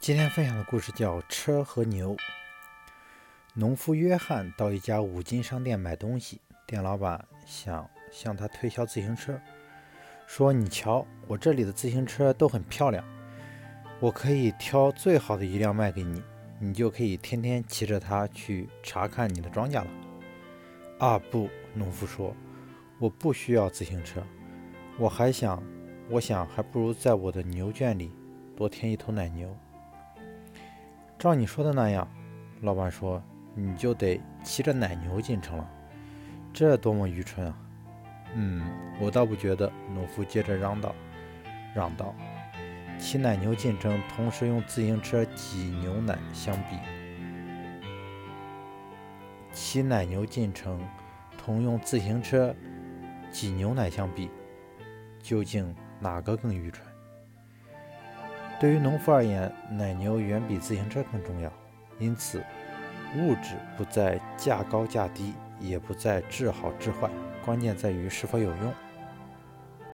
今天分享的故事叫车和牛。农夫约翰到一家五金商店买东西，店老板想向他推销自行车，说：你瞧，我这里的自行车都很漂亮，我可以挑最好的一辆卖给你，你就可以天天骑着它去查看你的庄稼了。啊不，农夫说，我不需要自行车，我想还不如在我的牛圈里多添一头奶牛。照你说的那样，老板说，你就得骑着奶牛进城了，这多么愚蠢啊！我倒不觉得。农夫接着嚷道，骑奶牛进城，同时用自行车挤牛奶相比，骑奶牛进城同用自行车挤牛奶相比，究竟哪个更愚蠢？对于农夫而言，奶牛远比自行车更重要，因此物质不在价高价低，也不在质好质坏，关键在于是否有用。